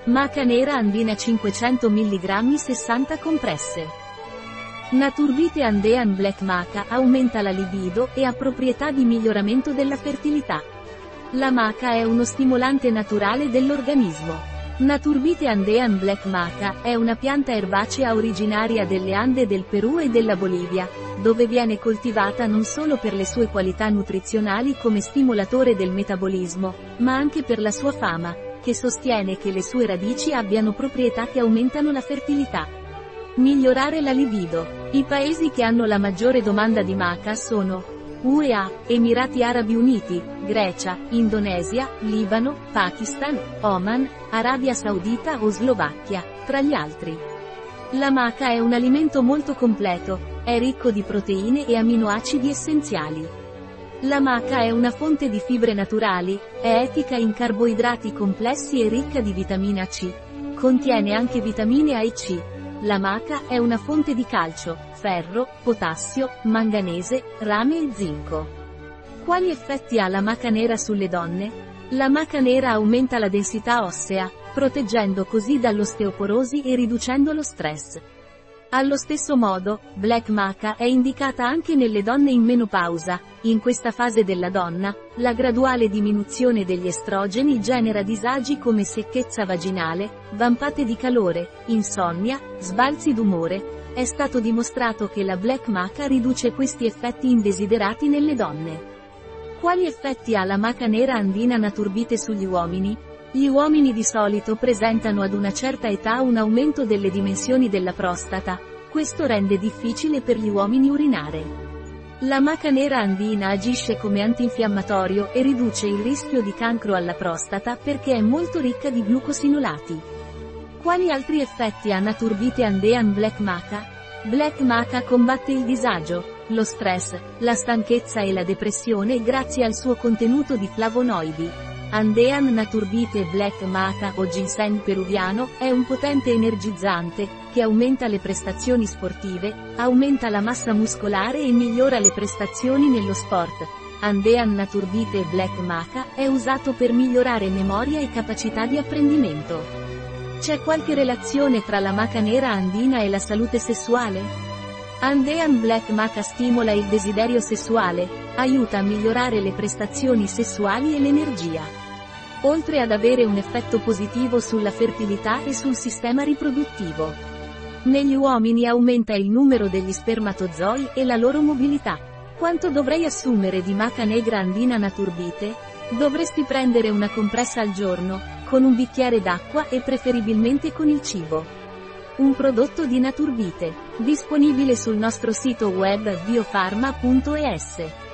Maca nera andina 500 mg 60 compresse. Naturbite Andean Black Maca aumenta la libido e ha proprietà di miglioramento della fertilità. La maca è uno stimolante naturale dell'organismo. Naturbite Andean Black Maca è una pianta erbacea originaria delle Ande del Perù e della Bolivia, dove viene coltivata non solo per le sue qualità nutrizionali come stimolatore del metabolismo, ma anche per la sua fama, che sostiene che le sue radici abbiano proprietà che aumentano la fertilità. Migliorare la libido. I paesi che hanno la maggiore domanda di maca sono UEA, Emirati Arabi Uniti, Grecia, Indonesia, Libano, Pakistan, Oman, Arabia Saudita o Slovacchia, tra gli altri. La maca è un alimento molto completo, è ricco di proteine e aminoacidi essenziali. La maca è una fonte di fibre naturali, è etica in carboidrati complessi e ricca di vitamina C. Contiene anche vitamine A e C. La maca è una fonte di calcio, ferro, potassio, manganese, rame e zinco. Quali effetti ha la maca nera sulle donne? La maca nera aumenta la densità ossea, proteggendo così dall'osteoporosi e riducendo lo stress. Allo stesso modo, Black Maca è indicata anche nelle donne in menopausa. In questa fase della donna, la graduale diminuzione degli estrogeni genera disagi come secchezza vaginale, vampate di calore, insonnia, sbalzi d'umore. È stato dimostrato che la Black Maca riduce questi effetti indesiderati nelle donne. Quali effetti ha la maca nera andina naturbite sugli uomini? Gli uomini di solito presentano ad una certa età un aumento delle dimensioni della prostata, questo rende difficile per gli uomini urinare. La maca nera andina agisce come antinfiammatorio e riduce il rischio di cancro alla prostata perché è molto ricca di glucosinolati. Quali altri effetti ha Naturbite Andean Black Maca? Black Maca combatte il disagio, lo stress, la stanchezza e la depressione grazie al suo contenuto di flavonoidi. Andean Naturbite Black Maca o ginseng peruviano è un potente energizzante, che aumenta le prestazioni sportive, aumenta la massa muscolare e migliora le prestazioni nello sport. Andean Naturbite Black Maca è usato per migliorare memoria e capacità di apprendimento. C'è qualche relazione tra la maca nera andina e la salute sessuale? Andean Black Maca stimola il desiderio sessuale, aiuta a migliorare le prestazioni sessuali e l'energia. Oltre ad avere un effetto positivo sulla fertilità e sul sistema riproduttivo. Negli uomini aumenta il numero degli spermatozoi e la loro mobilità. Quanto dovrei assumere di maca negra andina naturbite? Dovresti prendere una compressa al giorno, con un bicchiere d'acqua e preferibilmente con il cibo. Un prodotto di Naturbite, disponibile sul nostro sito web biofarma.es.